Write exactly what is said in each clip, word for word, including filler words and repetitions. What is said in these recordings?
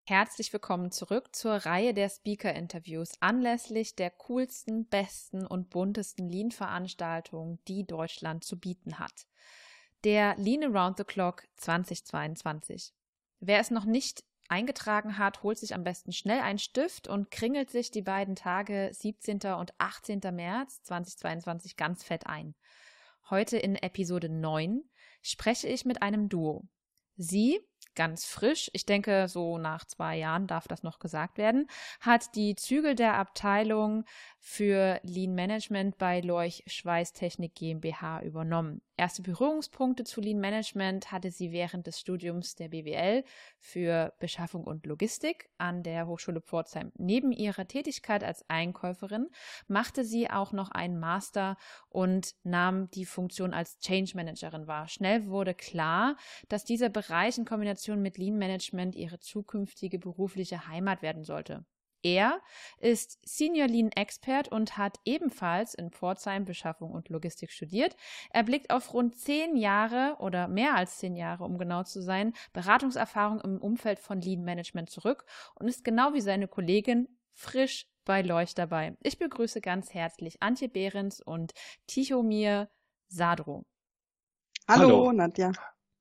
Herzlich willkommen zurück zur Reihe der Speaker-Interviews anlässlich der coolsten, besten und buntesten Lean-Veranstaltungen, die Deutschland zu bieten hat. Der Lean Around the Clock zweitausendzweiundzwanzig. Wer es noch nicht eingetragen hat, holt sich am besten schnell einen Stift und kringelt sich die beiden Tage siebzehnten und achtzehnten März zweitausendzweiundzwanzig ganz fett ein. Heute in Episode neun spreche ich mit einem Duo. Sie, ganz frisch, ich denke, so nach zwei Jahren darf das noch gesagt werden, hat die Zügel der Abteilung für Lean Management bei Lorch Schweißtechnik GmbH übernommen. Erste Berührungspunkte zu Lean Management hatte sie während des Studiums der B W L für Beschaffung und Logistik an der Hochschule Pforzheim. Neben ihrer Tätigkeit als Einkäuferin machte sie auch noch einen Master und nahm die Funktion als Change Managerin wahr. Schnell wurde klar, dass dieser Bereich in Kombination mit Lean Management ihre zukünftige berufliche Heimat werden sollte. Er ist Senior Lean Expert und hat ebenfalls in Pforzheim Beschaffung und Logistik studiert. Er blickt auf rund zehn Jahre oder mehr als zehn Jahre, um genau zu sein, Beratungserfahrung im Umfeld von Lean Management zurück und ist genau wie seine Kollegin frisch bei Lorch dabei. Ich begrüße ganz herzlich Antje Behrens und Tichomir Sadro. Hallo, Hallo, Nadja.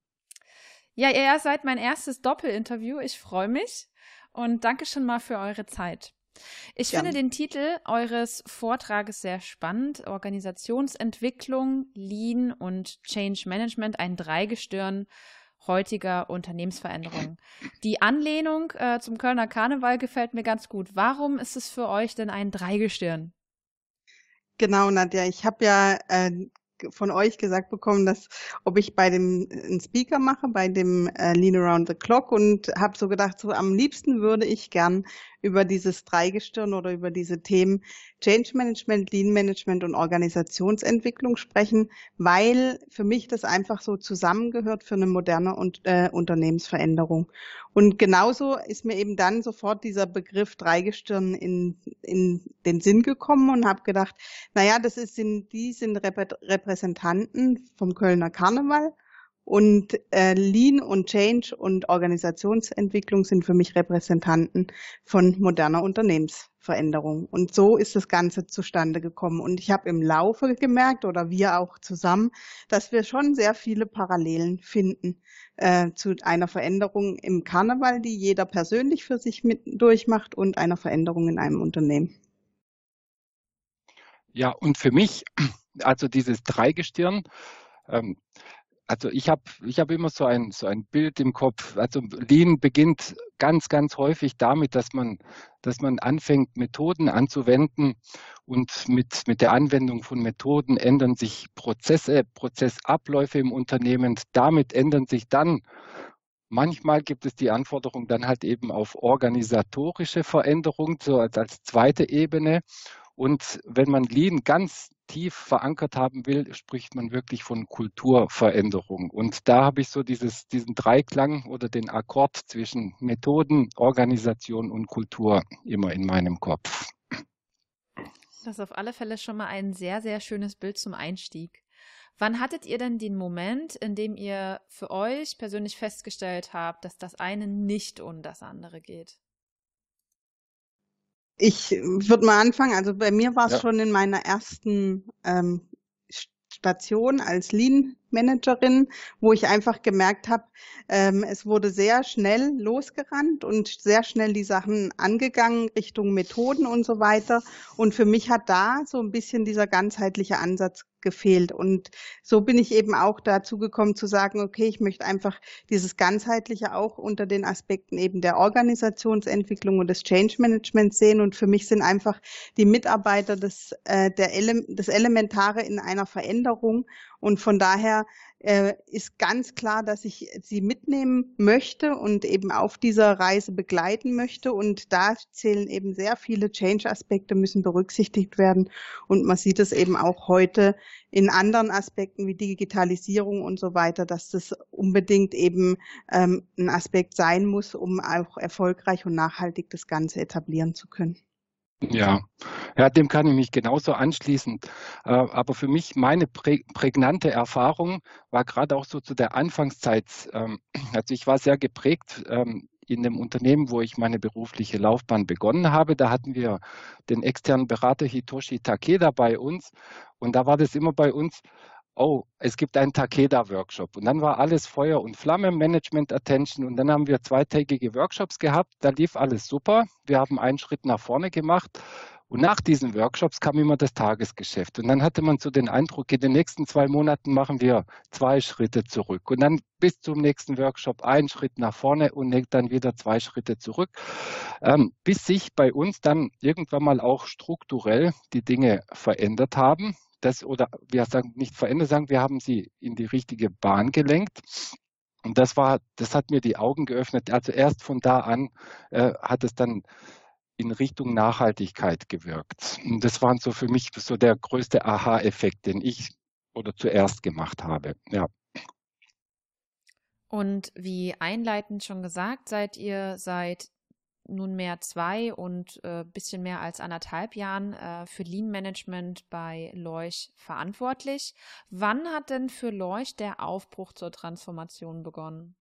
Ja, ihr seid mein erstes Doppelinterview. Ich freue mich. Und danke schon mal für eure Zeit. Ich Gerne. finde den Titel eures Vortrages sehr spannend. Organisationsentwicklung, Lean und Change Management, ein Dreigestirn heutiger Unternehmensveränderung. Die Anlehnung äh, zum Kölner Karneval gefällt mir ganz gut. Warum ist es für euch denn ein Dreigestirn? Genau, Nadja. Ich habe ja äh, von euch gesagt bekommen, dass ob ich bei dem einen Speaker mache, bei dem äh, Lean Around the Clock, und habe so gedacht, so am liebsten würde ich gern über dieses Dreigestirn oder über diese Themen Change Management, Lean Management und Organisationsentwicklung sprechen, weil für mich das einfach so zusammengehört für eine moderne und, äh, Unternehmensveränderung. Und genauso ist mir eben dann sofort dieser Begriff Dreigestirn in, in den Sinn gekommen und habe gedacht, naja, das ist, sind, die sind Repräsentanten vom Kölner Karneval. Und äh, Lean und Change und Organisationsentwicklung sind für mich Repräsentanten von moderner Unternehmensveränderung. Und so ist das Ganze zustande gekommen. Und ich habe im Laufe gemerkt, oder wir auch zusammen, dass wir schon sehr viele Parallelen finden äh, zu einer Veränderung im Karneval, die jeder persönlich für sich mit durchmacht, und einer Veränderung in einem Unternehmen. Ja, und für mich, also dieses Dreigestirn, ähm, also ich habe ich hab immer so ein, so ein Bild im Kopf. Also Lean beginnt ganz, ganz häufig damit, dass man, dass man anfängt, Methoden anzuwenden, und mit, mit der Anwendung von Methoden ändern sich Prozesse, Prozessabläufe im Unternehmen. Damit ändern sich dann, manchmal gibt es die Anforderung dann halt eben auf organisatorische Veränderung, so als, als zweite Ebene. Und wenn man Lean ganz tief verankert haben will, spricht man wirklich von Kulturveränderung. Und da habe ich so dieses, diesen Dreiklang oder den Akkord zwischen Methoden, Organisation und Kultur immer in meinem Kopf. Das ist auf alle Fälle schon mal ein sehr, sehr schönes Bild zum Einstieg. Wann hattet ihr denn den Moment, in dem ihr für euch persönlich festgestellt habt, dass das eine nicht ohne das andere geht? Ich würde mal anfangen. Also bei mir war es Ja. schon in meiner ersten ähm, Station als Lean-Managerin, wo ich einfach gemerkt habe, ähm, es wurde sehr schnell losgerannt und sehr schnell die Sachen angegangen Richtung Methoden und so weiter. Und für mich hat da so ein bisschen dieser ganzheitliche Ansatz gefehlt. Und so bin ich eben auch dazu gekommen zu sagen, okay, ich möchte einfach dieses Ganzheitliche auch unter den Aspekten eben der Organisationsentwicklung und des Change Managements sehen. Und für mich sind einfach die Mitarbeiter das, äh, der Ele- das Elementare in einer Veränderung. Und von daher äh, ist ganz klar, dass ich sie mitnehmen möchte und eben auf dieser Reise begleiten möchte. Und da zählen eben sehr viele Change-Aspekte, müssen berücksichtigt werden. Und man sieht es eben auch heute in anderen Aspekten wie Digitalisierung und so weiter, dass das unbedingt eben ähm, ein Aspekt sein muss, um auch erfolgreich und nachhaltig das Ganze etablieren zu können. Ja, ja, dem kann ich mich genauso anschließen. Äh, Aber für mich, meine prä prägnante Erfahrung war gerade auch so zu der Anfangszeit. ähm, Also ich war sehr geprägt ähm, in dem Unternehmen, wo ich meine berufliche Laufbahn begonnen habe, da hatten wir den externen Berater Hitoshi Takeda bei uns und da war das immer bei uns, oh, es gibt einen Takeda-Workshop. Und dann war alles Feuer und Flamme, Management Attention. Und dann haben wir zweitägige Workshops gehabt. Da lief alles super. Wir haben einen Schritt nach vorne gemacht. Und nach diesen Workshops kam immer das Tagesgeschäft. Und dann hatte man so den Eindruck, in den nächsten zwei Monaten machen wir zwei Schritte zurück. Und dann bis zum nächsten Workshop einen Schritt nach vorne und dann wieder zwei Schritte zurück. Ähm, bis sich bei uns dann irgendwann mal auch strukturell die Dinge verändert haben. Das, oder wir sagen nicht verändert, sagen, wir haben sie in die richtige Bahn gelenkt. Und das war, das hat mir die Augen geöffnet. Also erst von da an äh, hat es dann in Richtung Nachhaltigkeit gewirkt. Und das war so für mich so der größte Aha-Effekt, den ich oder zuerst gemacht habe. Ja. Und wie einleitend schon gesagt, seid ihr seit nunmehr zwei und äh, bisschen mehr als anderthalb Jahren äh, für Lean Management bei Lorch verantwortlich. Wann hat denn für Lorch der Aufbruch zur Transformation begonnen?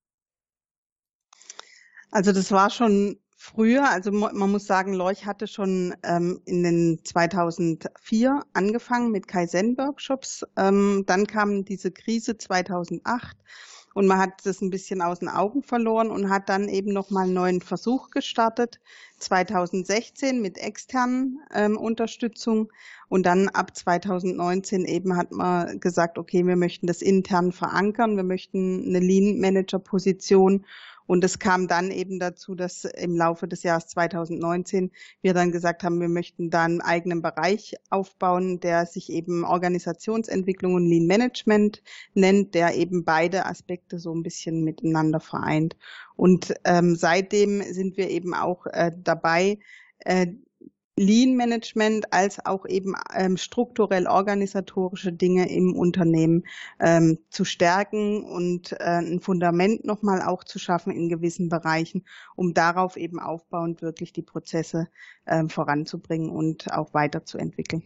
Also das war schon früher, also man muss sagen, Lorch hatte schon ähm, in den zweitausendvier angefangen mit Kaizen-Workshops. Ähm, dann kam diese Krise zweitausendacht. Und man hat das ein bisschen aus den Augen verloren und hat dann eben nochmal einen neuen Versuch gestartet, zweitausendsechzehn mit externen ähm, Unterstützung. Und dann ab zweitausendneunzehn eben hat man gesagt, okay, wir möchten das intern verankern, wir möchten eine Lean-Manager-Position. Und es kam dann eben dazu, dass im Laufe des Jahres zweitausendneunzehn wir dann gesagt haben, wir möchten da einen eigenen Bereich aufbauen, der sich eben Organisationsentwicklung und Lean Management nennt, der eben beide Aspekte so ein bisschen miteinander vereint. Und ähm, seitdem sind wir eben auch äh, dabei, äh, Lean Management als auch eben ähm, strukturell organisatorische Dinge im Unternehmen ähm, zu stärken und äh, ein Fundament nochmal auch zu schaffen in gewissen Bereichen, um darauf eben aufbauend wirklich die Prozesse ähm, voranzubringen und auch weiterzuentwickeln.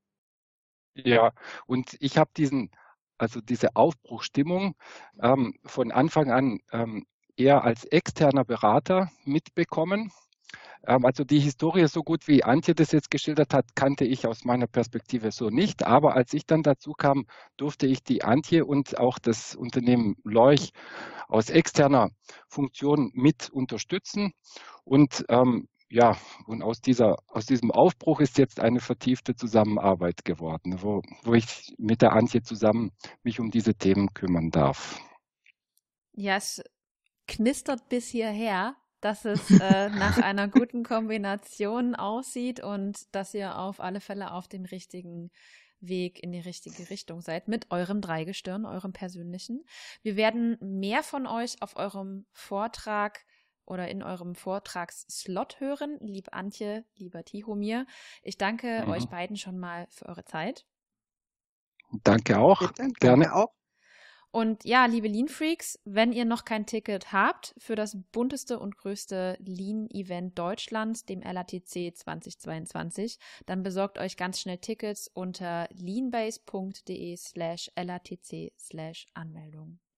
Ja, und ich habe diesen, also diese Aufbruchstimmung ähm, von Anfang an ähm, eher als externer Berater mitbekommen. Also die Historie, so gut wie Antje das jetzt geschildert hat, kannte ich aus meiner Perspektive so nicht. Aber als ich dann dazu kam, durfte ich die Antje und auch das Unternehmen Lorch aus externer Funktion mit unterstützen. Und ähm, ja, und aus dieser, aus diesem Aufbruch ist jetzt eine vertiefte Zusammenarbeit geworden, wo, wo ich mit der Antje zusammen mich um diese Themen kümmern darf. Ja, es knistert bis hierher, dass es äh, nach einer guten Kombination aussieht und dass ihr auf alle Fälle auf dem richtigen Weg in die richtige Richtung seid mit eurem Dreigestirn, eurem persönlichen. Wir werden mehr von euch auf eurem Vortrag oder in eurem Vortragsslot hören. Lieb Antje, lieber Tihomir, ich danke mhm. euch beiden schon mal für eure Zeit. Danke auch. Bitte, Gerne. Danke auch. Und ja, liebe Lean-Freaks, wenn ihr noch kein Ticket habt für das bunteste und größte Lean-Event Deutschlands, dem L A T C zweitausendzweiundzwanzig, dann besorgt euch ganz schnell Tickets unter leanbase.de slash LATC slash Anmeldung.